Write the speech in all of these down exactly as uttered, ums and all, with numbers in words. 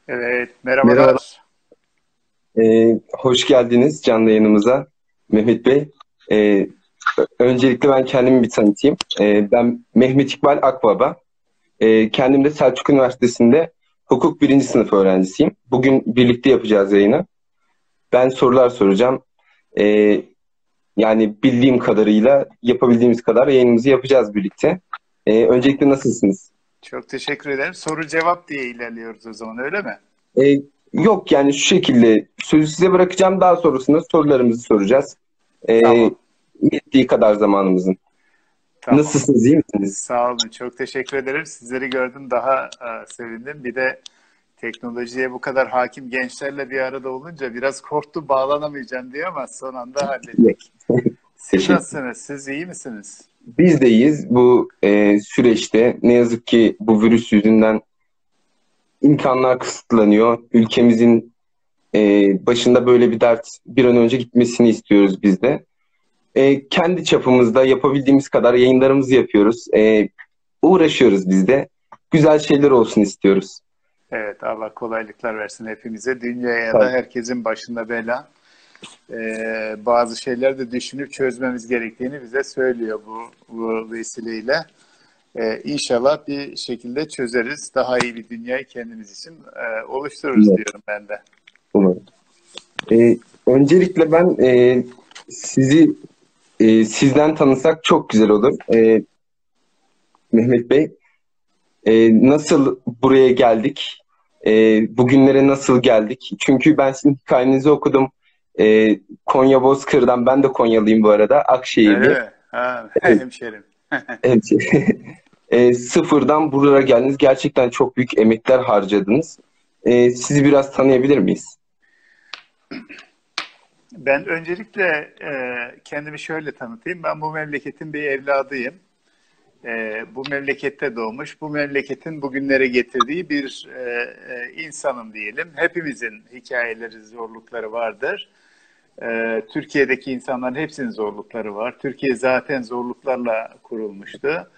Evet, Merhabalar. merhabalar. Ee, hoş geldiniz canlı yayınımıza Mehmet Bey. Ee, Öncelikle ben kendimi bir tanıtayım. Ee, ben Mehmet İkbal Akbaba. Ee, kendim de Selçuk Üniversitesi'nde hukuk birinci sınıf öğrencisiyim. Bugün birlikte yapacağız yayını. Ben sorular soracağım. Ee, Yani bildiğim kadarıyla yapabildiğimiz kadar yayınımızı yapacağız birlikte. Ee, öncelikle nasılsınız? Çok teşekkür ederim. Soru cevap diye ilerliyoruz o zaman, öyle mi? Ee, Yok yani şu şekilde sözü size bırakacağım. Daha sonrasında sorularımızı soracağız. Ee, Tamam, Yettiği kadar zamanımızın. tamam. Nasılsınız, iyi misiniz? Sağ olun, çok teşekkür ederim. Sizleri gördüm, daha e, sevindim. Bir de teknolojiye bu kadar hakim gençlerle bir arada olunca biraz korktu, bağlanamayacağım diye ama son anda Yok. hallettik. Siz Teşekkür. nasılsınız? Siz iyi misiniz? Biz de iyiyiz. Bu e, süreçte ne yazık ki bu virüs yüzünden imkanlar kısıtlanıyor. Ülkemizin e, başında böyle bir dert bir an önce gitmesini istiyoruz biz de. E, kendi çapımızda yapabildiğimiz kadar yayınlarımızı yapıyoruz. E, uğraşıyoruz biz de. Güzel şeyler olsun istiyoruz. Evet, Allah kolaylıklar versin hepimize. Dünyaya da Tabii. herkesin başında bela. Ee, bazı şeyler de düşünüp çözmemiz gerektiğini bize söylüyor bu, bu vesileyle. Ee, İnşallah bir şekilde çözeriz. Daha iyi bir dünyayı kendimiz için e, oluştururuz Umarım. diyorum ben de. Umarım. E, Öncelikle ben e, sizi e, sizden tanısak çok güzel olur. E, Mehmet Bey, e, nasıl buraya geldik? E, Bugünlere nasıl geldik? Çünkü ben sizin hikayenizi okudum. E, Konya Bozkır'dan, ben de Konyalıyım bu arada, Öyle Akşehirli. mi? Ha, Evet, hemşerim. evet. E, sıfırdan buraya geldiniz. Gerçekten çok büyük emekler harcadınız. E, sizi biraz tanıyabilir miyiz? Ben öncelikle e, kendimi şöyle tanıtayım. Ben bu memleketin bir evladıyım. E, bu memlekette doğmuş, bu memleketin bugünlere getirdiği bir e, e, insanım diyelim. Hepimizin hikayeleri, zorlukları vardır. Ee, Türkiye'deki insanların hepsinin zorlukları var. Türkiye zaten zorluklarla kurulmuştu.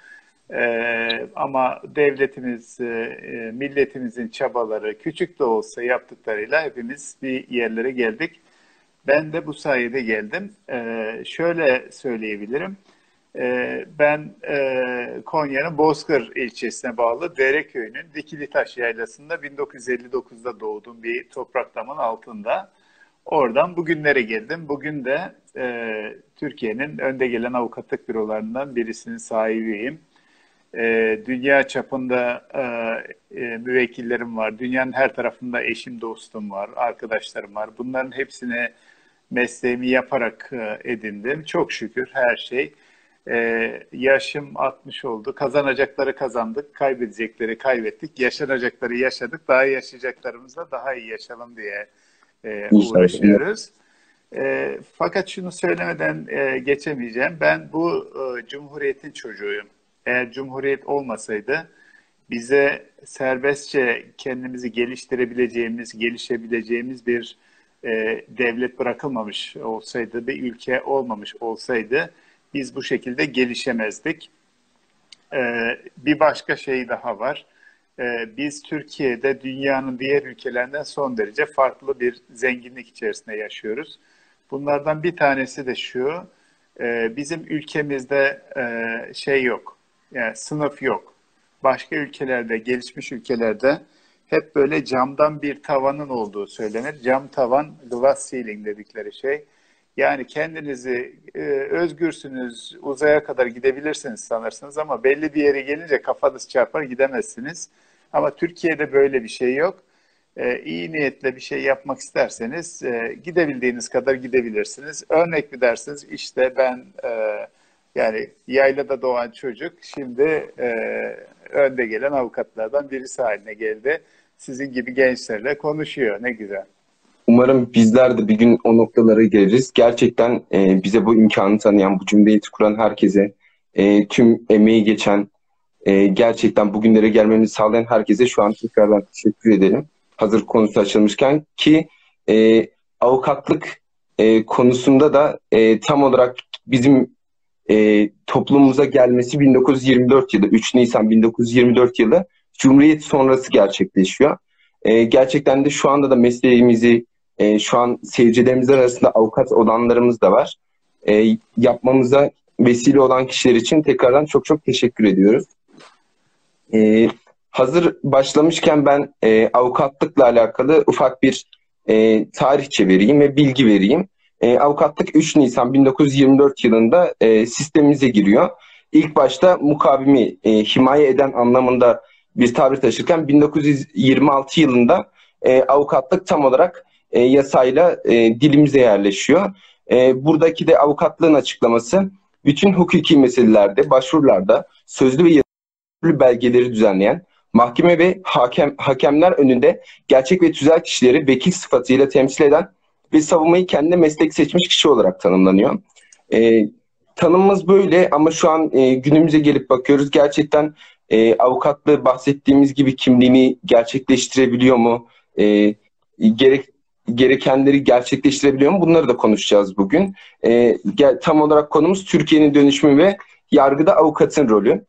Ee, ama devletimiz, e, e, milletimizin çabaları, küçük de olsa yaptıklarıyla hepimiz bir yerlere geldik. Ben de bu sayede geldim. Ee, şöyle söyleyebilirim. Ee, ben e, Konya'nın Bozkır ilçesine bağlı Dereköy'ünün Dikilitaş Yaylası'nda bin dokuz yüz elli dokuzda doğdum, bir toprak damın altında. Oradan bugünlere geldim. Bugün de e, Türkiye'nin önde gelen avukatlık bürolarından birisinin sahibiyim. E, dünya çapında e, e, müvekkillerim var. Dünyanın her tarafında eşim, dostum var, arkadaşlarım var. Bunların hepsine mesleğimi yaparak e, edindim. Çok şükür her şey. E, yaşım altmış oldu. Kazanacakları kazandık, kaybedecekleri kaybettik. Yaşanacakları yaşadık. Daha yaşayacaklarımızla daha iyi yaşayalım diye e, İnşallah. Umarım. uğraşıyoruz. E, fakat şunu söylemeden e, geçemeyeceğim. Ben bu e, Cumhuriyet'in çocuğuyum. Eğer Cumhuriyet olmasaydı bize serbestçe kendimizi geliştirebileceğimiz, gelişebileceğimiz bir e, devlet bırakılmamış olsaydı, bir ülke olmamış olsaydı biz bu şekilde gelişemezdik. E, Bir başka şey daha var. E, biz Türkiye'de dünyanın diğer ülkelerinden son derece farklı bir zenginlik içerisinde yaşıyoruz. Bunlardan bir tanesi de şu, e, bizim ülkemizde e, şey yok, yani sınıf yok. Başka ülkelerde, gelişmiş ülkelerde hep böyle camdan bir tavanın olduğu söylenir. Cam tavan, glass ceiling dedikleri şey. Yani kendinizi e, özgürsünüz, uzaya kadar gidebilirsiniz sanırsınız ama belli bir yere gelince kafanız çarpar gidemezsiniz. Ama Türkiye'de böyle bir şey yok. E, iyi niyetle bir şey yapmak isterseniz e, gidebildiğiniz kadar gidebilirsiniz. Örnek mi dersiniz? İşte ben e, yani yaylada doğan çocuk şimdi e, önde gelen avukatlardan birisi haline geldi. Sizin gibi gençlerle konuşuyor. Ne güzel. Umarım bizler de bir gün o noktalara geliriz. Gerçekten e, bize bu imkanı tanıyan, bu cumhuriyeti kuran herkese, e, tüm emeği geçen, e, gerçekten bugünlere gelmemizi sağlayan herkese şu an tekrardan teşekkür edelim. Hazır konusu açılmışken ki e, avukatlık e, konusunda da e, tam olarak bizim e, toplumumuza gelmesi bin dokuz yüz yirmi dört yılı, üç Nisan bin dokuz yüz yirmi dört yılı Cumhuriyet sonrası gerçekleşiyor. E, gerçekten de şu anda da mesleğimizi e, şu an seyircilerimiz arasında avukat olanlarımız da var. E, yapmamıza vesile olan kişiler için tekrardan çok çok teşekkür ediyoruz. E, Hazır başlamışken ben e, avukatlıkla alakalı ufak bir e, tarihçe vereyim ve bilgi vereyim. E, avukatlık üç Nisan bin dokuz yüz yirmi dört yılında e, sistemimize giriyor. İlk başta mukavimi e, himaye eden anlamında bir tabir taşırken bin dokuz yüz yirmi altı yılında e, avukatlık tam olarak e, yasayla e, dilimize yerleşiyor. E, buradaki de avukatlığın açıklaması bütün hukuki meselelerde, başvurularda sözlü ve belgeleri düzenleyen, mahkeme ve hakem, hakemler önünde gerçek ve tüzel kişileri vekil sıfatıyla temsil eden ve savunmayı kendine meslek seçmiş kişi olarak tanımlanıyor. E, Tanımımız böyle ama şu an e, günümüze gelip bakıyoruz. Gerçekten e, avukatlığı bahsettiğimiz gibi kimliğini gerçekleştirebiliyor mu? E, gerek gerekenleri gerçekleştirebiliyor mu? Bunları da konuşacağız bugün. E, tam olarak konumuz Türkiye'nin dönüşümü ve yargıda avukatın rolü.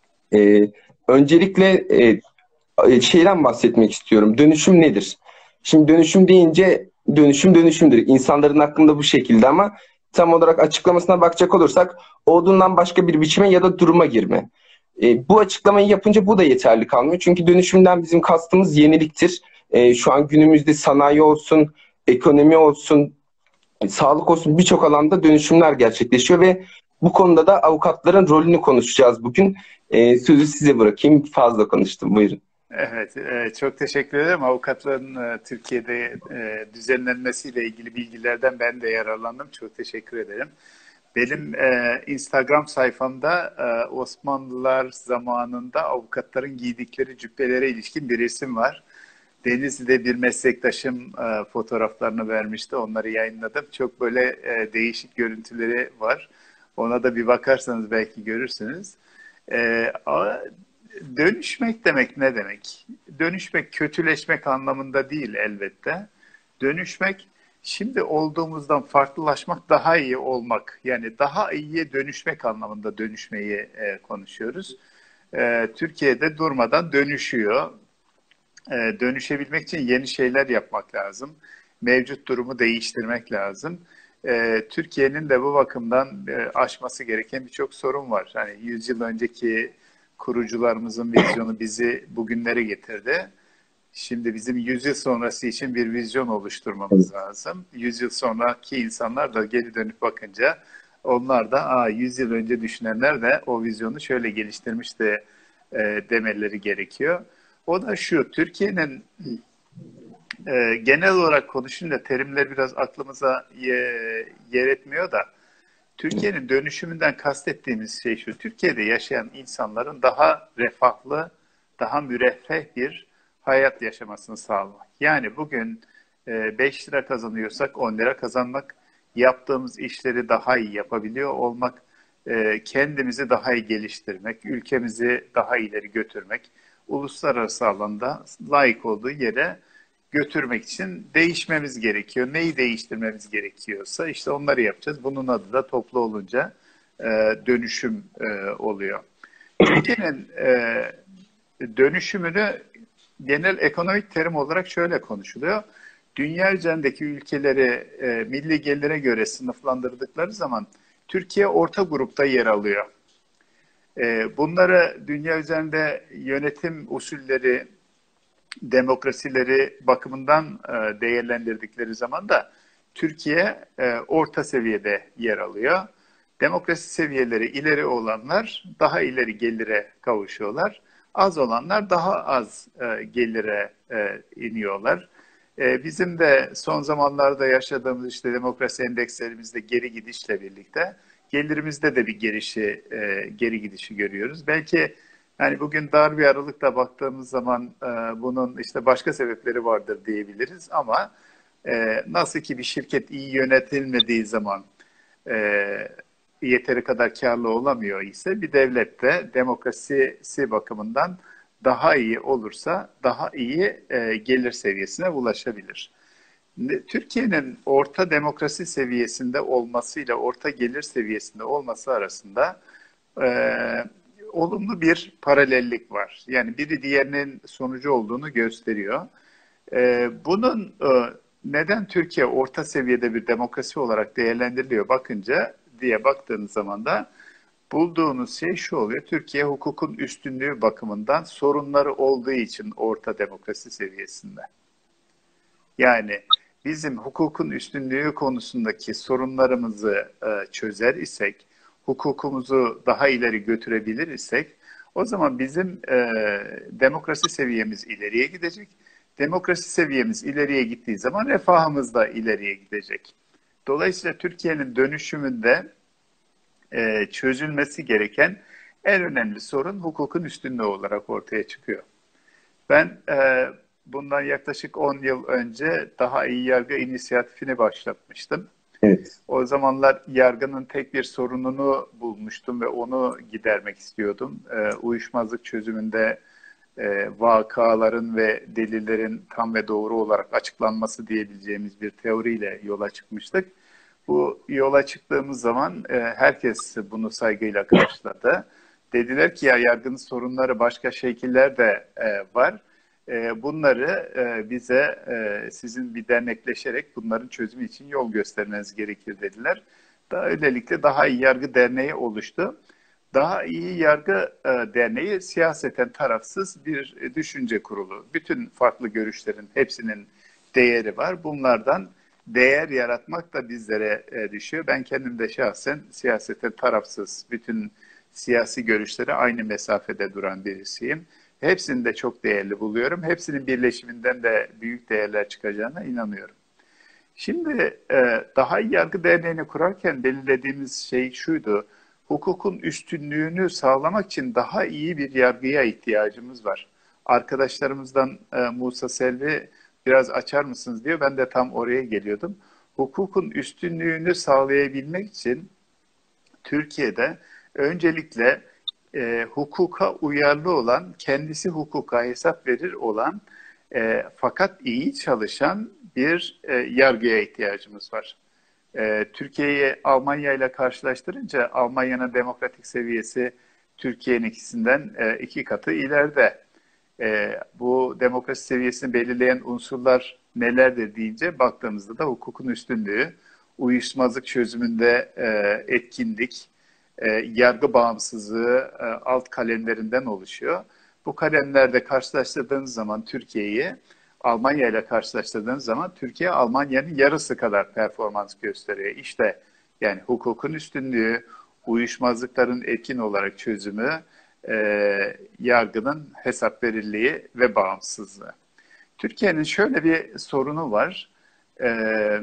Ee, Öncelikle e, e, şeyden bahsetmek istiyorum. Dönüşüm nedir? Şimdi dönüşüm deyince dönüşüm dönüşümdür. İnsanların aklında bu şekilde ama tam olarak açıklamasına bakacak olursak olduğundan başka bir biçime ya da duruma girme. E, bu açıklamayı yapınca bu da yeterli kalmıyor. Çünkü dönüşümden bizim kastımız yeniliktir. E, şu an günümüzde sanayi olsun, ekonomi olsun, sağlık olsun birçok alanda dönüşümler gerçekleşiyor ve bu konuda da avukatların rolünü konuşacağız bugün. Ee, sözü size bırakayım. Fazla konuştum. Buyurun. Evet, e, çok teşekkür ederim. Avukatlığın e, Türkiye'de e, düzenlenmesiyle ilgili bilgilerden ben de yararlandım. Çok teşekkür ederim. Benim e, Instagram sayfamda e, Osmanlılar zamanında avukatların giydikleri cübbelere ilişkin bir resim var. Denizli'de bir meslektaşım e, fotoğraflarını vermişti. Onları yayınladım. Çok böyle e, değişik görüntüleri var. Ona da bir bakarsanız belki görürsünüz. E, a- Dönüşmek demek ne demek? Dönüşmek kötüleşmek anlamında değil elbette. Dönüşmek şimdi olduğumuzdan farklılaşmak, daha iyi olmak. Yani daha iyiye dönüşmek anlamında dönüşmeyi e, konuşuyoruz. E, Türkiye'de durmadan dönüşüyor. E, dönüşebilmek için yeni şeyler yapmak lazım. Mevcut durumu değiştirmek lazım. E, Türkiye'nin de bu bakımdan e, aşması gereken birçok sorun var. Hani yüz yıl önceki kurucularımızın vizyonu bizi bugünlere getirdi. Şimdi bizim yüz yıl sonrası için bir vizyon oluşturmamız lazım. yüz yıl sonraki insanlar da geri dönüp bakınca onlar da Aa, yüz yıl önce düşünenler de o vizyonu şöyle geliştirmişti e, demeleri gerekiyor. O da şu, Türkiye'nin e, genel olarak konuşunca terimler biraz aklımıza ye, yer etmiyor da Türkiye'nin dönüşümünden kastettiğimiz şey şu, Türkiye'de yaşayan insanların daha refahlı, daha müreffeh bir hayat yaşamasını sağlamak. Yani bugün e, beş lira kazanıyorsak on lira kazanmak, yaptığımız işleri daha iyi yapabiliyor olmak, e, kendimizi daha iyi geliştirmek, ülkemizi daha ileri götürmek, uluslararası alanda layık olduğu yere götürmek için değişmemiz gerekiyor. Neyi değiştirmemiz gerekiyorsa işte onları yapacağız. Bunun adı da toplu olunca e, dönüşüm e, oluyor. Türkiye'nin e, dönüşümünü genel ekonomik terim olarak şöyle konuşuluyor. Dünya üzerindeki ülkeleri e, milli gelire göre sınıflandırdıkları zaman Türkiye orta grupta yer alıyor. E, bunları dünya üzerinde yönetim usulleri, demokrasileri bakımından e, değerlendirdikleri zaman da Türkiye e, orta seviyede yer alıyor. Demokrasi seviyeleri ileri olanlar daha ileri gelire kavuşuyorlar. Az olanlar daha az e, gelire e, iniyorlar. E, bizim de son zamanlarda yaşadığımız işte demokrasi endekslerimizde geri gidişle birlikte gelirimizde de bir gerişi, e, geri gidişi görüyoruz. Belki yani bugün dar bir aralıkla baktığımız zaman e, bunun işte başka sebepleri vardır diyebiliriz ama e, nasıl ki bir şirket iyi yönetilmediği zaman e, yeteri kadar karlı olamıyor ise bir devlet de demokrasisi bakımından daha iyi olursa daha iyi e, gelir seviyesine ulaşabilir. Türkiye'nin orta demokrasi seviyesinde olmasıyla orta gelir seviyesinde olması arasında e, olumlu bir paralellik var. Yani biri diğerinin sonucu olduğunu gösteriyor. E, bunun e, neden Türkiye orta seviyede bir demokrasi olarak değerlendiriliyor bakınca diye baktığınız zaman da bulduğunuz şey şu oluyor. Türkiye hukukun üstünlüğü bakımından sorunları olduğu için orta demokrasi seviyesinde. Yani bizim hukukun üstünlüğü konusundaki sorunlarımızı e, çözer isek, hukukumuzu daha ileri götürebilir isek, o zaman bizim e, demokrasi seviyemiz ileriye gidecek. Demokrasi seviyemiz ileriye gittiği zaman refahımız da ileriye gidecek. Dolayısıyla Türkiye'nin dönüşümünde e, çözülmesi gereken en önemli sorun hukukun üstünlüğü olarak ortaya çıkıyor. Ben e, bundan yaklaşık on yıl önce Daha İyi Yargı inisiyatifini başlatmıştım. Evet. O zamanlar yargının tek bir sorununu bulmuştum ve onu gidermek istiyordum. E, uyuşmazlık çözümünde e, vakaların ve delillerin tam ve doğru olarak açıklanması diyebileceğimiz bir teoriyle yola çıkmıştık. Bu yola çıktığımız zaman e, herkes bunu saygıyla karşıladı. Dediler ki ya yargının sorunları başka şekillerde e, var. E, bunları e, bize e, sizin bir dernekleşerek bunların çözümü için yol göstermeniz gerekir dediler. Daha öylelikle Daha İyi Yargı Derneği oluştu. Daha İyi Yargı e, Derneği siyaseten tarafsız bir e, düşünce kurulu. Bütün farklı görüşlerin hepsinin değeri var. Bunlardan değer yaratmak da bizlere e, düşüyor. Ben kendim de şahsen siyasete tarafsız, bütün siyasi görüşlere aynı mesafede duran birisiyim. Hepsini de çok değerli buluyorum. Hepsinin birleşiminden de büyük değerler çıkacağına inanıyorum. Şimdi e, Daha İyi Yargı Derneği'ni kurarken belirlediğimiz şey şuydu. Hukukun üstünlüğünü sağlamak için daha iyi bir yargıya ihtiyacımız var. Arkadaşlarımızdan e, Musa Selvi biraz açar mısınız diyor. Ben de tam oraya geliyordum. Hukukun üstünlüğünü sağlayabilmek için Türkiye'de öncelikle e, hukuka uyarlı olan, kendisi hukuka hesap verir olan e, fakat iyi çalışan bir e, yargıya ihtiyacımız var. E, Türkiye'yi Almanya ile karşılaştırınca Almanya'nın demokratik seviyesi Türkiye'nin ikisinden e, iki katı ileride. E, bu demokrasi seviyesini belirleyen unsurlar nelerdir deyince baktığımızda da hukukun üstünlüğü, uyuşmazlık çözümünde e, etkinlik, e, yargı bağımsızlığı e, alt kalemlerinden oluşuyor. Bu kalemlerde karşılaştırdığınız zaman Türkiye'yi Almanya ile karşılaştırdığınız zaman Türkiye Almanya'nın yarısı kadar performans gösteriyor. İşte yani hukukun üstünlüğü, uyuşmazlıkların etkin olarak çözümü, e, yargının hesap verirliği ve bağımsızlığı. Türkiye'nin şöyle bir sorunu var. E,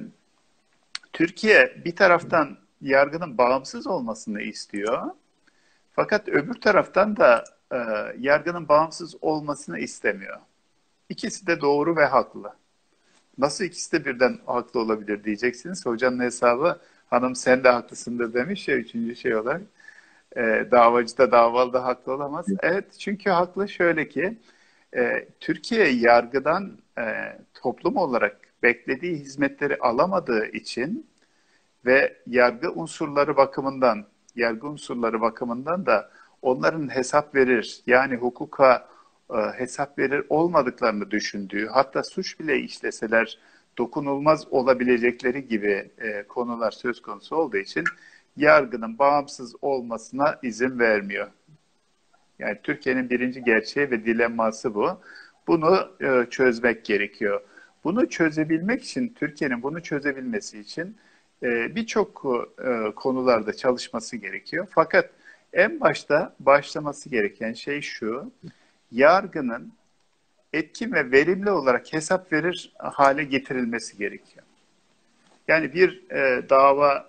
Türkiye bir taraftan yargının bağımsız olmasını istiyor. Fakat öbür taraftan da e, yargının bağımsız olmasını istemiyor. İkisi de doğru ve haklı. Nasıl ikisi de birden haklı olabilir diyeceksiniz. Hocanın hesabı hanım sen de haklısındır demiş ya üçüncü şey olarak. E, davacı da davalı da haklı olamaz. Evet çünkü haklı şöyle ki e, Türkiye yargıdan e, toplum olarak beklediği hizmetleri alamadığı için ve yargı unsurları bakımından yargı unsurları bakımından da onların hesap verir yani hukuka e, hesap verir olmadıklarını düşündüğü hatta suç bile işleseler dokunulmaz olabilecekleri gibi e, konular söz konusu olduğu için yargının bağımsız olmasına izin vermiyor. Yani Türkiye'nin birinci gerçeği ve dilemması bu. Bunu e, çözmek gerekiyor. Bunu çözebilmek için, Türkiye'nin bunu çözebilmesi için e, birçok e, konularda çalışması gerekiyor. Fakat en başta başlaması gereken şey şu, yargının etkin ve verimli olarak hesap verir hale getirilmesi gerekiyor. Yani bir e, dava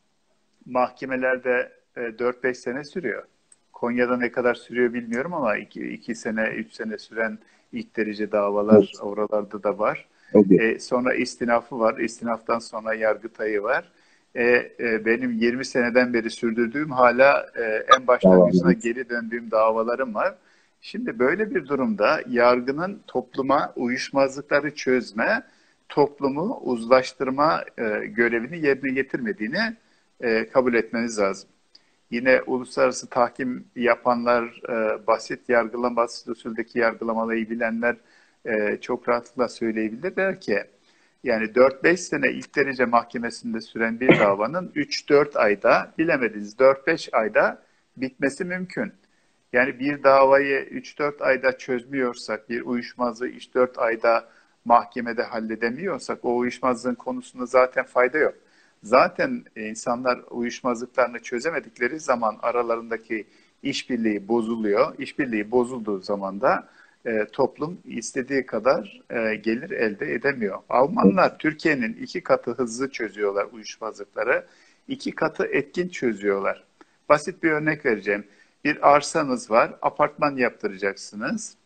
mahkemelerde e, dört beş sene sürüyor. Konya'da ne kadar sürüyor bilmiyorum ama iki sene, üç sene süren ilk derece davalar evet. Oralarda da var. Okay. E, sonra istinafı var. İstinaftan sonra yargıtayı var. E, e, benim yirmi seneden beri sürdürdüğüm hala e, en başlangıcına evet. Geri döndüğüm davalarım var. Şimdi böyle bir durumda yargının topluma uyuşmazlıkları çözme, toplumu uzlaştırma e, görevini yerine getirmediğini e, kabul etmeniz lazım. Yine uluslararası tahkim yapanlar, e, basit yargılama, basit usuldeki yargılamaları bilenler e, çok rahatlıkla söyleyebilirler ki yani dört beş sene ilk derece mahkemesinde süren bir davanın üç dört ayda, bilemediniz dört beş ayda bitmesi mümkün. Yani bir davayı üç dört ayda çözmüyorsak, bir uyuşmazlığı üç dört ayda mahkemede halledemiyorsak o uyuşmazlığın konusunda zaten fayda yok. Zaten insanlar uyuşmazlıklarını çözemedikleri zaman aralarındaki işbirliği bozuluyor. İşbirliği bozulduğu zaman da e, toplum istediği kadar e, gelir elde edemiyor. Almanlar Türkiye'nin iki katı hızlı çözüyorlar uyuşmazlıkları, iki katı etkin çözüyorlar. Basit bir örnek vereceğim. Bir arsanız var, apartman yaptıracaksınız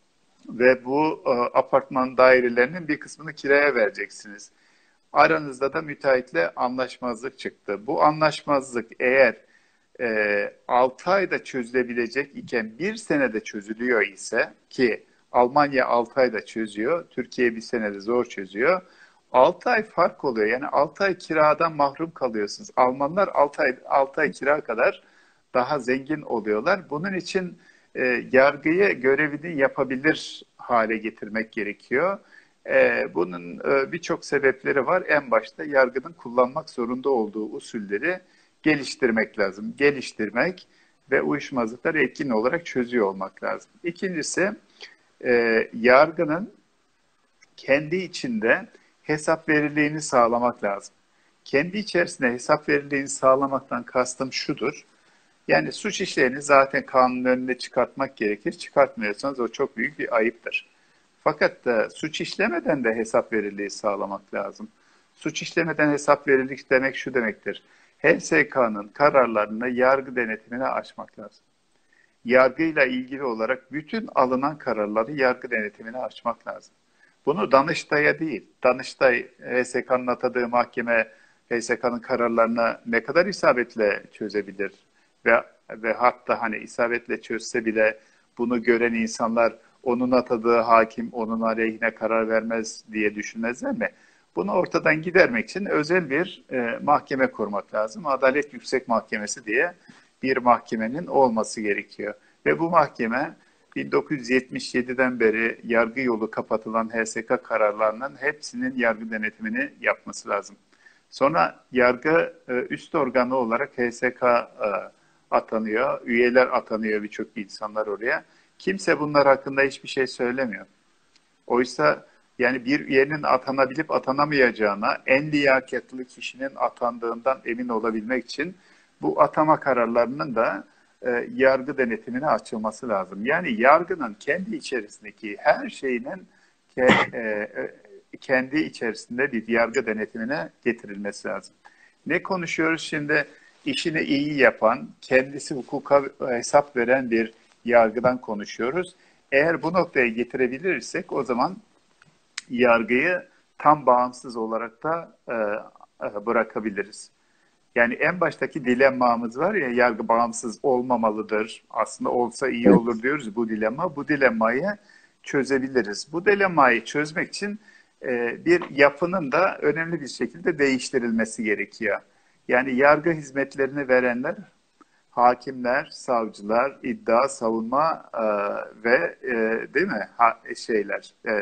ve bu e, apartman dairelerinin bir kısmını kiraya vereceksiniz. Aranızda da müteahhitle anlaşmazlık çıktı. Bu anlaşmazlık eğer e, altı ayda çözülebilecek iken bir senede çözülüyor ise, ki Almanya altı ayda çözüyor, Türkiye bir senede zor çözüyor. altı ay fark oluyor. Yani altı ay kiradan mahrum kalıyorsunuz. Almanlar altı ay, altı ay kira kadar daha zengin oluyorlar. Bunun için e, yargıyı görevini yapabilir hale getirmek gerekiyor. E, bunun e, birçok sebepleri var. En başta yargının kullanmak zorunda olduğu usulleri geliştirmek lazım. Geliştirmek ve uyuşmazlıkları etkin olarak çözüyor olmak lazım. İkincisi, e, yargının kendi içinde hesap verirliğini sağlamak lazım. Kendi içerisinde hesap verirliğini sağlamaktan kastım şudur. Yani suç işlerini zaten kanunun önüne çıkartmak gerekir. Çıkartmıyorsanız o çok büyük bir ayıptır. Fakat da suç işlemeden de hesap verirliği sağlamak lazım. Suç işlemeden hesap verirlik demek şu demektir. H S K'nın kararlarını yargı denetimine açmak lazım. Yargıyla ilgili olarak bütün alınan kararları yargı denetimine açmak lazım. Bunu Danıştay'a değil, Danıştay H S K'nın atadığı mahkeme H S K'nın kararlarını ne kadar isabetle çözebilir? Ve, ve hatta hani isabetle çözse bile bunu gören insanlar onun atadığı hakim onun aleyhine karar vermez diye düşünmezler mi? Bunu ortadan gidermek için özel bir e, mahkeme kurmak lazım. Adalet Yüksek Mahkemesi diye bir mahkemenin olması gerekiyor. Ve bu mahkeme bin dokuz yüz yetmiş yediden beri yargı yolu kapatılan H S K kararlarının hepsinin yargı denetimini yapması lazım. Sonra yargı e, üst organı olarak H S K e, atanıyor, üyeler atanıyor birçok insanlar oraya. Kimse bunlar hakkında hiçbir şey söylemiyor. Oysa yani bir üyenin atanabilip atanamayacağına en liyakatli kişinin atandığından emin olabilmek için bu atama kararlarının da e, yargı denetimine açılması lazım. Yani yargının kendi içerisindeki her şeyinin ke, e, kendi içerisinde bir yargı denetimine getirilmesi lazım. Ne konuşuyoruz şimdi? İşini iyi yapan, kendisi hukuka hesap veren bir yargıdan konuşuyoruz. Eğer bu noktaya getirebilirsek o zaman yargıyı tam bağımsız olarak da e, bırakabiliriz. Yani en baştaki dilemmamız var ya, yargı bağımsız olmamalıdır. Aslında olsa iyi olur diyoruz bu dilemma. Bu dilemmayı çözebiliriz. Bu dilemmayı çözmek için e, bir yapının da önemli bir şekilde değiştirilmesi gerekiyor. Yani yargı hizmetlerini verenler, hakimler, savcılar, iddia, savunma e, ve e, değil mi ha, şeyler, e,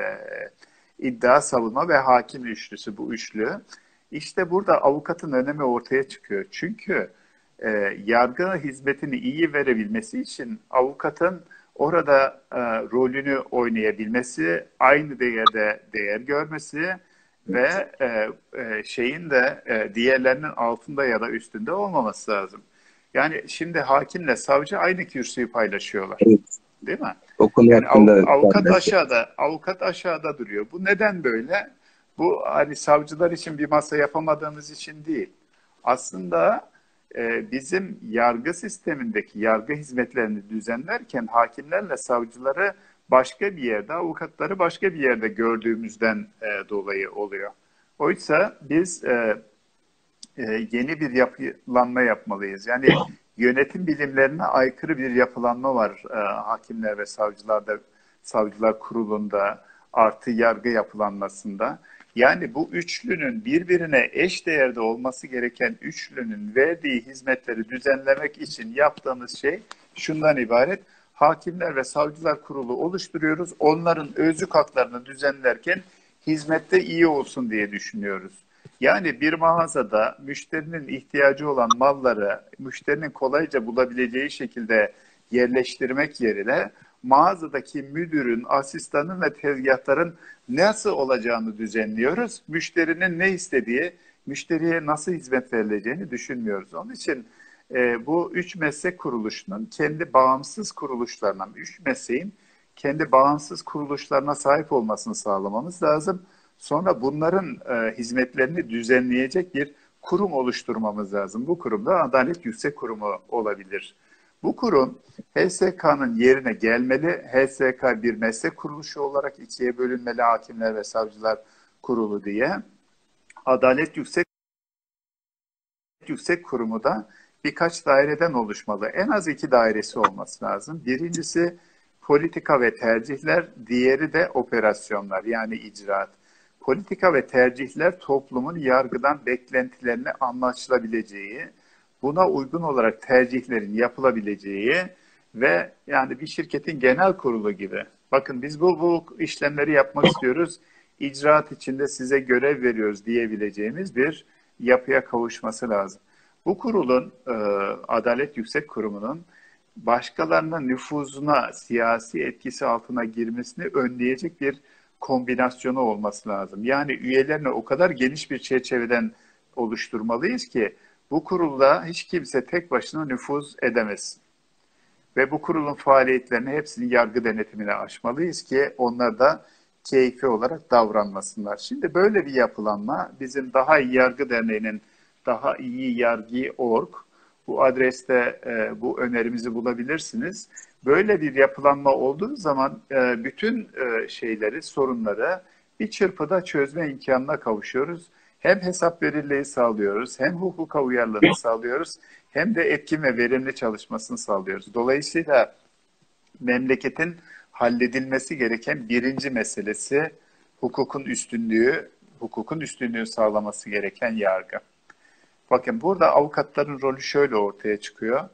iddia, savunma ve hakim üçlüsü, bu üçlü. İşte burada avukatın önemi ortaya çıkıyor. Çünkü e, yargı hizmetini iyi verebilmesi için avukatın orada e, rolünü oynayabilmesi, aynı değerde değer görmesi ve e, e, şeyin de e, diğerlerinin altında ya da üstünde olmaması lazım. Yani şimdi hakimle savcı aynı kürsüyü paylaşıyorlar. Evet. Değil mi? O konu Yani hakkında av, avukat ben de- aşağıda, avukat aşağıda duruyor. Bu neden böyle? Bu hani savcılar için bir masa yapamadığımız için değil. Aslında e, bizim yargı sistemindeki yargı hizmetlerini düzenlerken hakimlerle savcıları başka bir yerde, avukatları başka bir yerde gördüğümüzden e, dolayı oluyor. Oysa biz e, e, yeni bir yapılanma yapmalıyız. Yani yönetim bilimlerine aykırı bir yapılanma var e, hakimler ve savcılarda, savcılar kurulunda, artı yargı yapılanmasında. Yani bu üçlünün birbirine eş değerde olması gereken üçlünün verdiği hizmetleri düzenlemek için yaptığımız şey şundan ibaret: Hakimler ve Savcılar Kurulu oluşturuyoruz. Onların özlük haklarını düzenlerken hizmette iyi olsun diye düşünüyoruz. Yani bir mağazada müşterinin ihtiyacı olan malları müşterinin kolayca bulabileceği şekilde yerleştirmek yerine mağazadaki müdürün, asistanın ve tezgahların nasıl olacağını düzenliyoruz. Müşterinin ne istediği, müşteriye nasıl hizmet verileceğini düşünmüyoruz. Onun için e, bu üç meslek kuruluşunun kendi bağımsız kuruluşlarına, üç mesleğin kendi bağımsız kuruluşlarına sahip olmasını sağlamamız lazım. Sonra bunların e, hizmetlerini düzenleyecek bir kurum oluşturmamız lazım. Bu kurum da Adalet Yüksek Kurumu olabilir. Bu kurum H S K'nın yerine gelmeli. H S K bir meslek kuruluşu olarak ikiye bölünmeli, Hakimler ve Savcılar Kurulu diye. Adalet Yüksek Yüksek Kurumu da birkaç daireden oluşmalı. En az iki dairesi olması lazım. Birincisi politika ve tercihler, diğeri de operasyonlar yani icraat. Politika ve tercihler toplumun yargıdan beklentilerini anlaşılabileceği, buna uygun olarak tercihlerin yapılabileceği ve yani bir şirketin genel kurulu gibi. Bakın biz bu, bu işlemleri yapmak istiyoruz, icraat içinde size görev veriyoruz diyebileceğimiz bir yapıya kavuşması lazım. Bu kurulun, e, Adalet Yüksek Kurumu'nun başkalarının nüfuzuna, siyasi etkisi altına girmesini önleyecek bir kombinasyonu olması lazım. Yani üyelerini o kadar geniş bir çerçeveden oluşturmalıyız ki bu kurulda hiç kimse tek başına nüfuz edemesin. Ve bu kurulun faaliyetlerini hepsini yargı denetimine aşmalıyız ki onlar da keyfi olarak davranmasınlar. Şimdi böyle bir yapılanma bizim Daha İyi Yargı Derneği'nin Daha İyi Yargı nokta org, bu adreste e, bu önerimizi bulabilirsiniz. Böyle bir yapılanma olduğu zaman e, bütün e, şeyleri, sorunları bir çırpıda çözme imkanına kavuşuyoruz. Hem hesap verirliği sağlıyoruz, hem hukuka uyarlılığını sağlıyoruz, hem de etkin ve verimli çalışmasını sağlıyoruz. Dolayısıyla memleketin halledilmesi gereken birinci meselesi hukukun üstünlüğü, hukukun üstünlüğü sağlaması gereken yargı. Bakın burada avukatların rolü şöyle ortaya çıkıyor.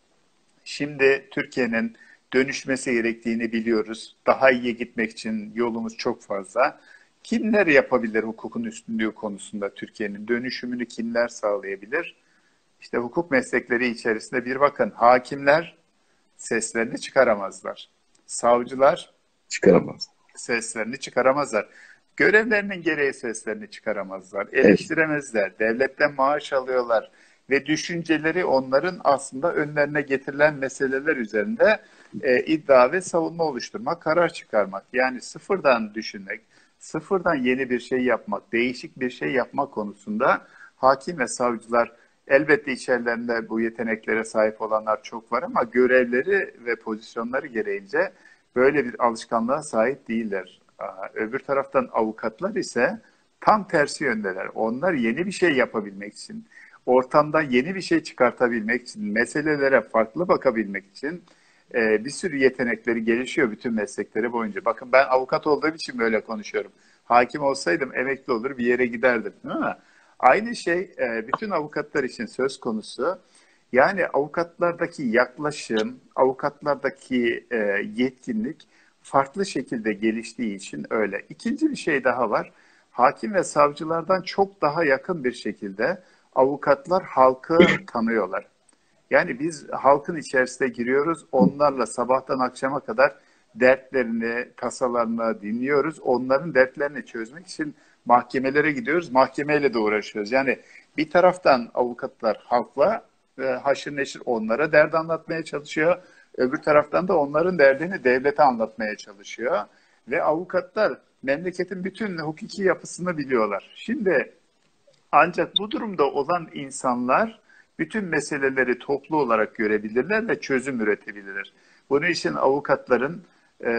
Şimdi Türkiye'nin dönüşmesi gerektiğini biliyoruz. Daha iyiye gitmek için yolumuz çok fazla. Kimler yapabilir hukukun üstünlüğü konusunda Türkiye'nin dönüşümünü kimler sağlayabilir? İşte hukuk meslekleri içerisinde bir bakın, hakimler seslerini çıkaramazlar. Savcılar Çıkaramaz. seslerini çıkaramazlar. Görevlerinin gereği seslerini çıkaramazlar. Evet. Eleştiremezler. Devletten maaş alıyorlar. Ve düşünceleri onların aslında önlerine getirilen meseleler üzerinde e, iddia ve savunma oluşturmak, karar çıkarmak. Yani sıfırdan düşünmek, sıfırdan yeni bir şey yapmak, değişik bir şey yapmak konusunda hakim ve savcılar, elbette içerilerinde bu yeteneklere sahip olanlar çok var ama görevleri ve pozisyonları gereğince böyle bir alışkanlığa sahip değiller. Öbür taraftan avukatlar ise tam tersi yöndeler. Onlar yeni bir şey yapabilmek için, ortamdan yeni bir şey çıkartabilmek için, meselelere farklı bakabilmek için e, bir sürü yetenekleri gelişiyor bütün meslekleri boyunca. Bakın ben avukat olduğum için böyle konuşuyorum. Hakim olsaydım emekli olur bir yere giderdim. Değil mi? Aynı şey e, bütün avukatlar için söz konusu. Yani avukatlardaki yaklaşım, avukatlardaki e, yetkinlik farklı şekilde geliştiği için öyle. İkinci bir şey daha var. Hakim ve savcılardan çok daha yakın bir şekilde avukatlar halkı tanıyorlar. Yani biz halkın içerisine giriyoruz, onlarla sabahtan akşama kadar dertlerini, tasalarını dinliyoruz. Onların dertlerini çözmek için mahkemelere gidiyoruz, mahkemeyle de uğraşıyoruz. Yani bir taraftan avukatlar halkla e, haşır neşir onlara dert anlatmaya çalışıyor. Öbür taraftan da onların derdini devlete anlatmaya çalışıyor. Ve avukatlar memleketin bütün hukuki yapısını biliyorlar. Şimdi ancak bu durumda olan insanlar bütün meseleleri toplu olarak görebilirler ve çözüm üretebilirler. Bunun için avukatların e,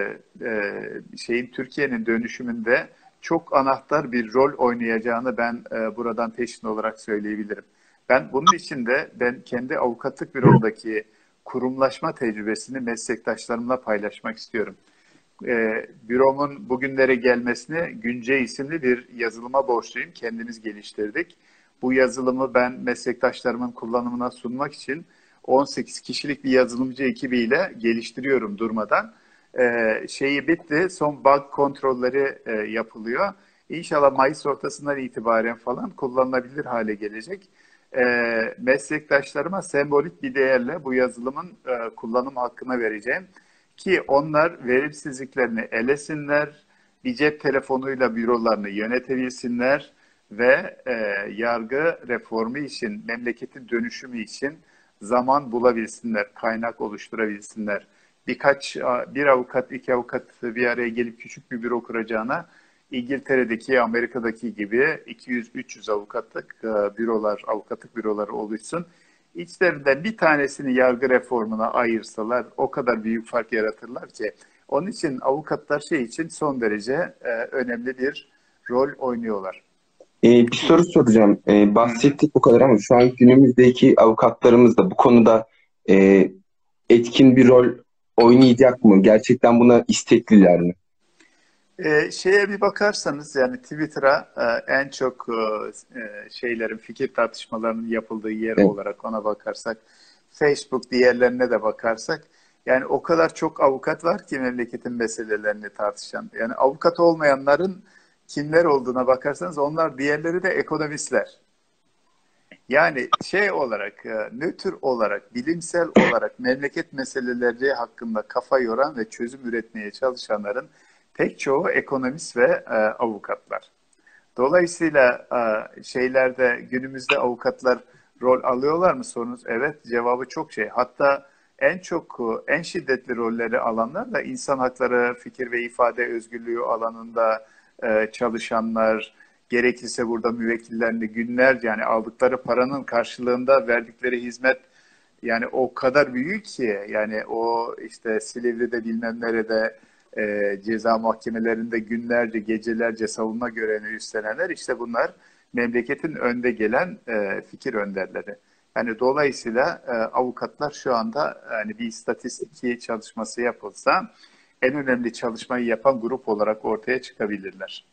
e, şeyin Türkiye'nin dönüşümünde çok anahtar bir rol oynayacağını ben e, buradan peşin olarak söyleyebilirim. Ben bunun için de ben kendi avukatlık büromdaki kurumlaşma tecrübesini meslektaşlarımla paylaşmak istiyorum. E, büromun bugünlere gelmesini Günce isimli bir yazılıma borçluyum. Kendimiz geliştirdik. Bu yazılımı ben meslektaşlarımın kullanımına sunmak için on sekiz kişilik bir yazılımcı ekibiyle geliştiriyorum durmadan. Ee, şeyi bitti. Son bug kontrolleri e, yapılıyor. İnşallah Mayıs ortasından itibaren falan kullanılabilir hale gelecek. Ee, meslektaşlarıma sembolik bir değerle bu yazılımın e, kullanım hakkını vereceğim. Ki onlar verimsizliklerini elesinler, bir cep telefonuyla bürolarını yönetebilsinler ve e, yargı reformu için, memleketin dönüşümü için zaman bulabilsinler, kaynak oluşturabilsinler. Birkaç, bir avukat, iki avukat bir araya gelip küçük bir büro kuracağına İngiltere'deki, Amerika'daki gibi iki yüz üç yüz avukatlık e, bürolar, avukatlık büroları oluşsun. İçlerinden bir tanesini yargı reformuna ayırsalar o kadar büyük fark yaratırlar ki. Onun için avukatlar şey için son derece e, önemli bir rol oynuyorlar. Ee, bir soru soracağım. Ee, Hı hı. bahsettik bu kadar ama şu an günümüzdeki avukatlarımız da bu konuda e, etkin bir rol oynayacak mı? Gerçekten buna istekliler mi? Ee, şeye bir bakarsanız yani Twitter'a e, en çok e, e, şeylerin fikir tartışmalarının yapıldığı yer Evet. olarak ona bakarsak, Facebook diğerlerine de bakarsak yani o kadar çok avukat var ki memleketin meselelerini tartışan. Yani avukat olmayanların kimler olduğuna bakarsanız onlar diğerleri de ekonomistler. Yani şey olarak, e, nötr olarak, bilimsel olarak memleket meseleleri hakkında kafa yoran ve çözüm üretmeye çalışanların pek çoğu ekonomist ve e, avukatlar. Dolayısıyla e, şeylerde günümüzde avukatlar rol alıyorlar mı sorunuz? Evet, cevabı çok şey. Hatta en çok, e, en şiddetli rolleri alanlar da insan hakları, fikir ve ifade özgürlüğü alanında e, çalışanlar, gerekirse burada müvekkillerini günlerce yani aldıkları paranın karşılığında verdikleri hizmet yani o kadar büyük ki yani o işte Silivri'de bilmem nerede e, ceza mahkemelerinde günlerce gecelerce savunma görevini üstlenenler işte bunlar memleketin önde gelen e, fikir önderleri. Yani dolayısıyla e, avukatlar şu anda yani bir istatistik çalışması yapılsa en önemli çalışmayı yapan grup olarak ortaya çıkabilirler.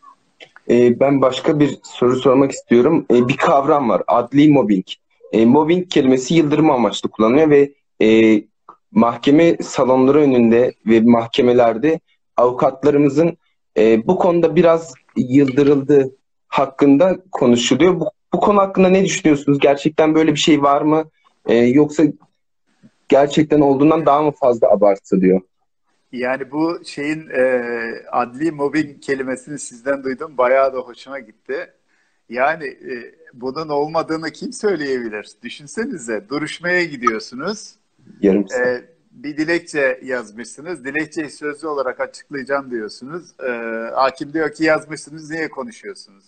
Ee, ben başka bir soru sormak istiyorum. Ee, bir kavram var. Adli mobbing. Ee, mobbing kelimesi yıldırma amaçlı kullanılıyor ve e, mahkeme salonları önünde ve mahkemelerde avukatlarımızın e, bu konuda biraz yıldırıldığı hakkında konuşuluyor. Bu, bu konu hakkında ne düşünüyorsunuz? Gerçekten böyle bir şey var mı? Ee, yoksa gerçekten olduğundan daha mı fazla abartılıyor? Yani bu şeyin e, adli mobbing kelimesini sizden duydum. Bayağı da hoşuma gitti. Yani e, bunun olmadığını kim söyleyebilir? Düşünsenize duruşmaya gidiyorsunuz. Yarım saat. E, bir dilekçe yazmışsınız. Dilekçeyi sözlü olarak açıklayacağım diyorsunuz. E, hakim diyor ki yazmışsınız niye konuşuyorsunuz?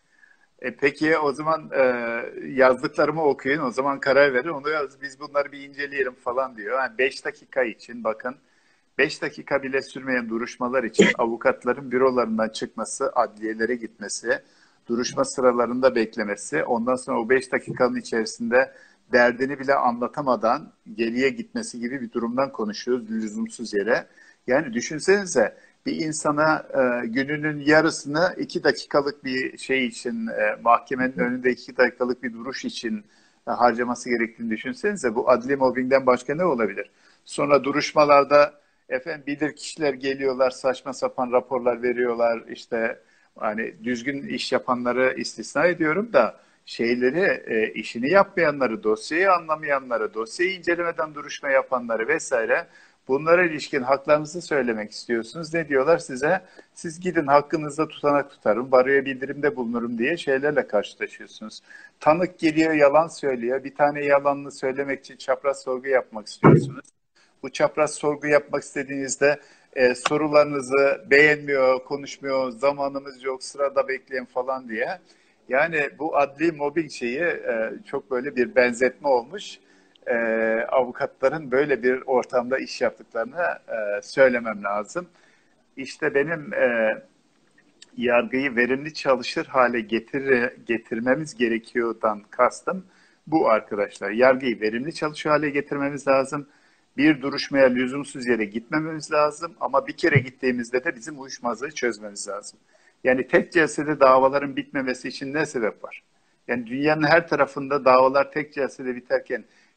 E, peki o zaman e, yazdıklarımı okuyun. O zaman karar verin. Onu yaz, biz bunları bir inceleyelim falan diyor. Yani beş dakika için bakın. Beş dakika bile sürmeyen duruşmalar için avukatların bürolarından çıkması, adliyelere gitmesi, duruşma sıralarında beklemesi, ondan sonra o beş dakikanın içerisinde derdini bile anlatamadan geriye gitmesi gibi bir durumdan konuşuyoruz lüzumsuz yere. Yani düşünsenize bir insana e, gününün yarısını iki dakikalık bir şey için, e, mahkemenin önünde iki dakikalık bir duruş için e, harcaması gerektiğini düşünsenize bu adli mobbingden başka ne olabilir? Sonra duruşmalarda efendim bilir kişiler geliyorlar saçma sapan raporlar veriyorlar işte hani düzgün iş yapanları istisna ediyorum da şeyleri e, işini yapmayanları dosyayı anlamayanları dosyayı incelemeden duruşma yapanları vesaire bunlara ilişkin haklarınızı söylemek istiyorsunuz. Ne diyorlar size? Siz gidin hakkınızda tutanak tutarım, baroya bildirimde bulunurum diye şeylerle karşılaşıyorsunuz. Tanık geliyor yalan söylüyor. Bir tane yalanını söylemek için çapraz sorgu yapmak istiyorsunuz. Bu çapraz sorgu yapmak istediğinizde e, sorularınızı beğenmiyor, konuşmuyor, zamanımız yok, sırada bekleyin falan diye. Yani bu adli mobbing şeyi e, çok böyle bir benzetme olmuş. E, avukatların böyle bir ortamda iş yaptıklarını e, söylemem lazım. İşte benim e, yargıyı verimli çalışır hale getir, getirmemiz gerekiyordan kastım bu arkadaşlar. Yargıyı verimli çalışır hale getirmemiz lazım. Bir duruşmaya lüzumsuz yere gitmememiz lazım ama bir kere gittiğimizde de bizim uyuşmazlığı çözmemiz lazım. Yani tek celsede davaların bitmemesi için ne sebep var? Yani dünyanın her tarafında davalar tek celsede biterken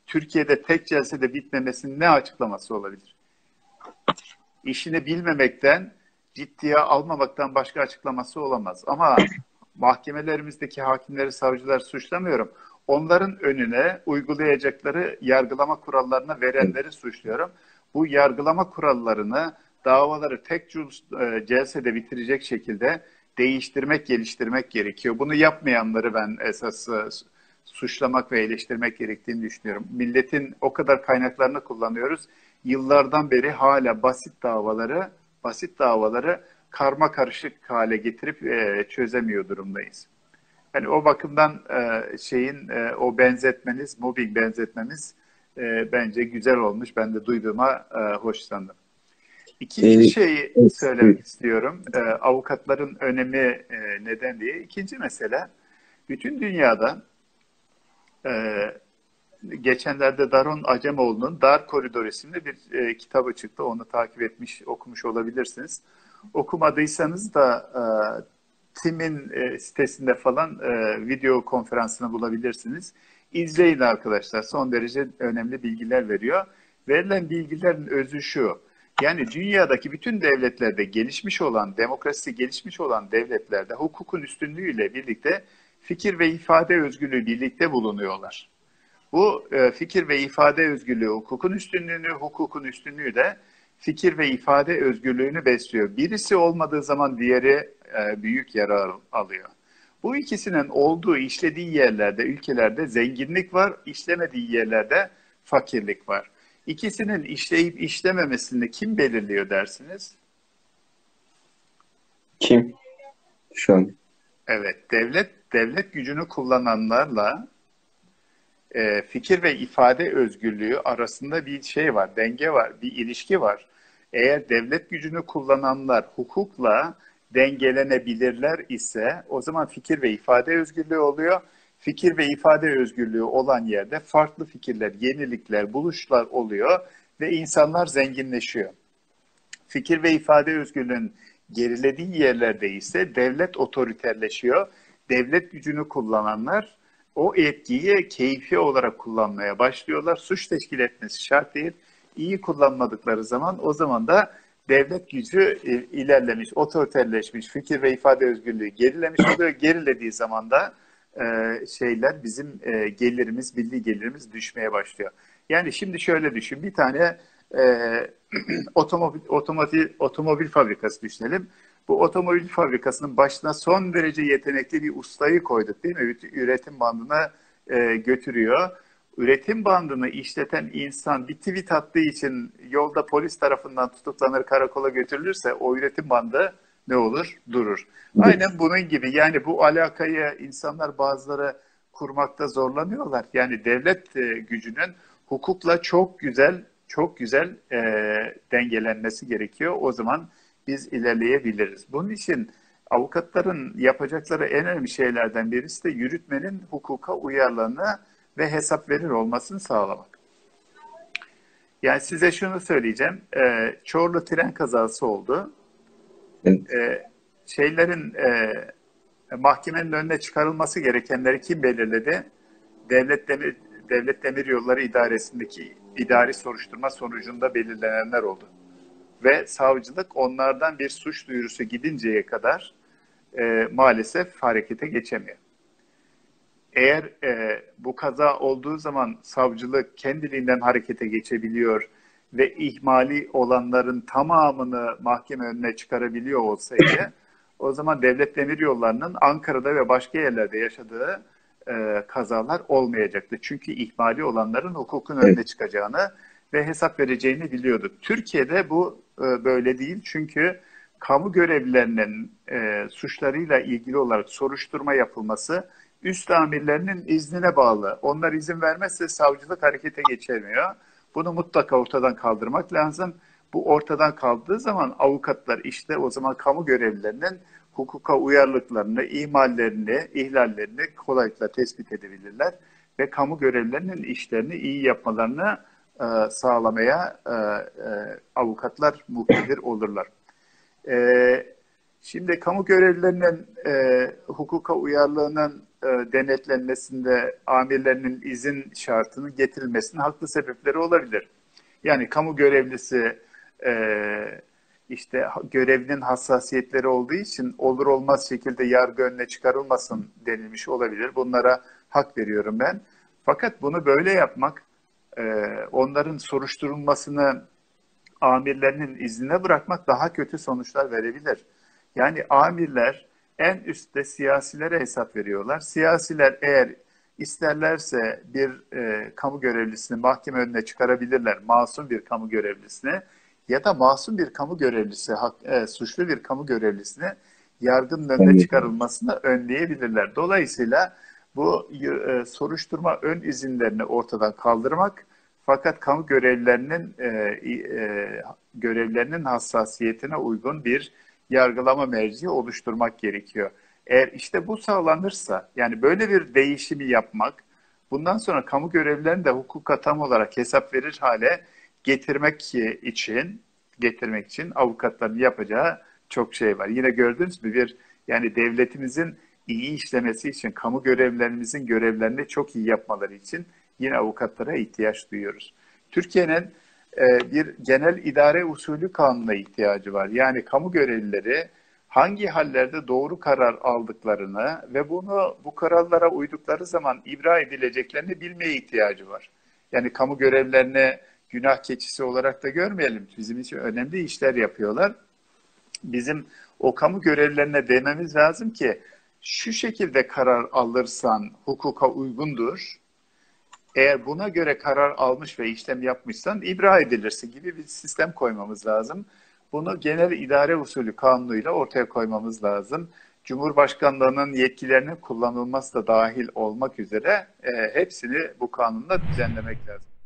Türkiye'de tek celsede bitmemesinin ne açıklaması olabilir? İşini bilmemekten, ciddiye almamaktan başka açıklaması olamaz. Ama mahkemelerimizdeki hakimleri, savcıları suçlamıyorum. Onların önüne uygulayacakları yargılama kurallarına verenleri suçluyorum. Bu yargılama kurallarını, davaları tek e, celsede bitirecek şekilde değiştirmek, geliştirmek gerekiyor. Bunu yapmayanları ben esas e, suçlamak ve eleştirmek gerektiğini düşünüyorum. Milletin o kadar kaynaklarını kullanıyoruz. Yıllardan beri hala basit davaları, basit davaları karma karışık hale getirip e, çözemiyor durumdayız. Yani o bakımdan e, şeyin e, o benzetmeniz, mobbing benzetmemiz e, bence güzel olmuş. Ben de duyduğuma e, hoşlandım. İkinci Ee, şeyi evet, söylemek buyurun. istiyorum. E, avukatların önemi e, neden diye. İkinci mesele, bütün dünyada e, geçenlerde Daron Acemoğlu'nun Dar Koridor isimli bir e, kitabı çıktı. Onu takip etmiş, okumuş olabilirsiniz. Okumadıysanız da e, Tim'in e, sitesinde falan e, video konferansını bulabilirsiniz. İzleyin arkadaşlar. Son derece önemli bilgiler veriyor. Verilen bilgilerin özü şu. Yani dünyadaki bütün devletlerde, gelişmiş olan, demokrasi gelişmiş olan devletlerde hukukun üstünlüğüyle birlikte fikir ve ifade özgürlüğü birlikte bulunuyorlar. Bu e, fikir ve ifade özgürlüğü, hukukun üstünlüğünü, hukukun üstünlüğü de fikir ve ifade özgürlüğünü besliyor. Birisi olmadığı zaman diğeri e, büyük yarar alıyor. Bu ikisinin olduğu, işlediği yerlerde, ülkelerde zenginlik var, işlemediği yerlerde fakirlik var. İkisinin işleyip işlememesini kim belirliyor dersiniz? Kim şu an? Evet, devlet devlet gücünü kullananlarla e, fikir ve ifade özgürlüğü arasında bir şey var, denge var, bir ilişki var. Eğer devlet gücünü kullananlar hukukla dengelenebilirler ise o zaman fikir ve ifade özgürlüğü oluyor. Fikir ve ifade özgürlüğü olan yerde farklı fikirler, yenilikler, buluşlar oluyor ve insanlar zenginleşiyor. Fikir ve ifade özgürlüğünün gerilediği yerlerde ise devlet otoriterleşiyor. Devlet gücünü kullananlar o etkiyi keyfi olarak kullanmaya başlıyorlar. Suç teşkil etmesi şart değil. İyi kullanmadıkları zaman o zaman da devlet gücü ilerlemiş, otoriterleşmiş, fikir ve ifade özgürlüğü gerilemiş oluyor. Gerilediği zaman da e, şeyler bizim e, gelirimiz, milli gelirimiz düşmeye başlıyor. Yani şimdi şöyle düşün, bir tane e, otomobil, otomobil, otomobil fabrikası düşünelim. Bu otomobil fabrikasının başına son derece yetenekli bir ustayı koyduk değil mi? Üretim bandına e, götürüyor. Üretim bandını işleten insan bir tweet attığı için yolda polis tarafından tutuklanır, karakola götürülürse o üretim bandı ne olur? Durur. Aynen bunun gibi. Yani bu alakayı insanlar bazıları kurmakta zorlanıyorlar. Yani devlet e, gücünün hukukla çok güzel, çok güzel e, dengelenmesi gerekiyor. O zaman biz ilerleyebiliriz. Bunun için avukatların yapacakları en önemli şeylerden birisi de yürütmenin hukuka uyarlığını ve hesap verir olmasını sağlamak. Yani size şunu söyleyeceğim. E, Çorlu tren kazası oldu. Evet. E, şeylerin e, mahkemenin önüne çıkarılması gerekenleri kim belirledi? Devlet Demir, Devlet Demiryolları İdaresi'ndeki idari soruşturma sonucunda belirlenenler oldu. Ve savcılık onlardan bir suç duyurusu gidinceye kadar e, maalesef harekete geçemiyor. Eğer e, bu kaza olduğu zaman savcılık kendiliğinden harekete geçebiliyor ve ihmali olanların tamamını mahkeme önüne çıkarabiliyor olsaydı, o zaman Devlet Demiryolları'nın Ankara'da ve başka yerlerde yaşadığı e, kazalar olmayacaktı. Çünkü ihmali olanların hukukun Evet. önüne çıkacağını ve hesap vereceğini biliyorduk. Türkiye'de bu e, böyle değil. Çünkü kamu görevlilerinin e, suçlarıyla ilgili olarak soruşturma yapılması üst amirlerinin iznine bağlı. Onlar izin vermezse savcılık harekete geçemiyor. Bunu mutlaka ortadan kaldırmak lazım. Bu ortadan kaldığı zaman avukatlar işte o zaman kamu görevlilerinin hukuka uyarlılıklarını, ihmallerini, ihlallerini kolaylıkla tespit edebilirler ve kamu görevlilerinin işlerini iyi yapmalarını e, sağlamaya e, e, avukatlar muktedir olurlar. E, şimdi kamu görevlilerinin e, hukuka uyarlığının e, denetlenmesinde amirlerinin izin şartının getirilmesinin haklı sebepleri olabilir. Yani kamu görevlisi e, işte görevinin hassasiyetleri olduğu için olur olmaz şekilde yargı önüne çıkarılmasın denilmiş olabilir. Bunlara hak veriyorum ben. Fakat bunu böyle yapmak, e, onların soruşturulmasını amirlerinin iznine bırakmak daha kötü sonuçlar verebilir. Yani amirler en üstte siyasilere hesap veriyorlar. Siyasiler eğer isterlerse bir e, kamu görevlisini mahkeme önüne çıkarabilirler, masum bir kamu görevlisini ya da masum bir kamu görevlisi, hak, e, suçlu bir kamu görevlisini yargının önüne Evet. çıkarılmasını önleyebilirler. Dolayısıyla bu e, soruşturma ön izinlerini ortadan kaldırmak, fakat kamu görevlilerinin e, e, görevlerinin hassasiyetine uygun bir yargılama merci oluşturmak gerekiyor. Eğer işte bu sağlanırsa, yani böyle bir değişimi yapmak, bundan sonra kamu görevlilerini de hukuka tam olarak hesap verir hale getirmek için, getirmek için avukatların yapacağı çok şey var. Yine gördünüz mü, bir yani devletimizin iyi işlemesi için, kamu görevlerimizin görevlerini çok iyi yapmaları için yine avukatlara ihtiyaç duyuyoruz. Türkiye'nin e, bir genel idare usulü kanuna ihtiyacı var. Yani kamu görevlileri hangi hallerde doğru karar aldıklarını ve bunu bu kararlara uydukları zaman ibra edileceklerini bilmeye ihtiyacı var. Yani kamu görevlilerini günah keçisi olarak da görmeyelim. Bizim için önemli işler yapıyorlar. Bizim o kamu görevlilerine dememiz lazım ki şu şekilde karar alırsan hukuka uygundur. Eğer buna göre karar almış ve işlem yapmışsan ibra edilirsin gibi bir sistem koymamız lazım. Bunu genel idare usulü kanunuyla ortaya koymamız lazım. Cumhurbaşkanlığının yetkilerinin kullanılması da dahil olmak üzere e, hepsini bu kanunla düzenlemek lazım.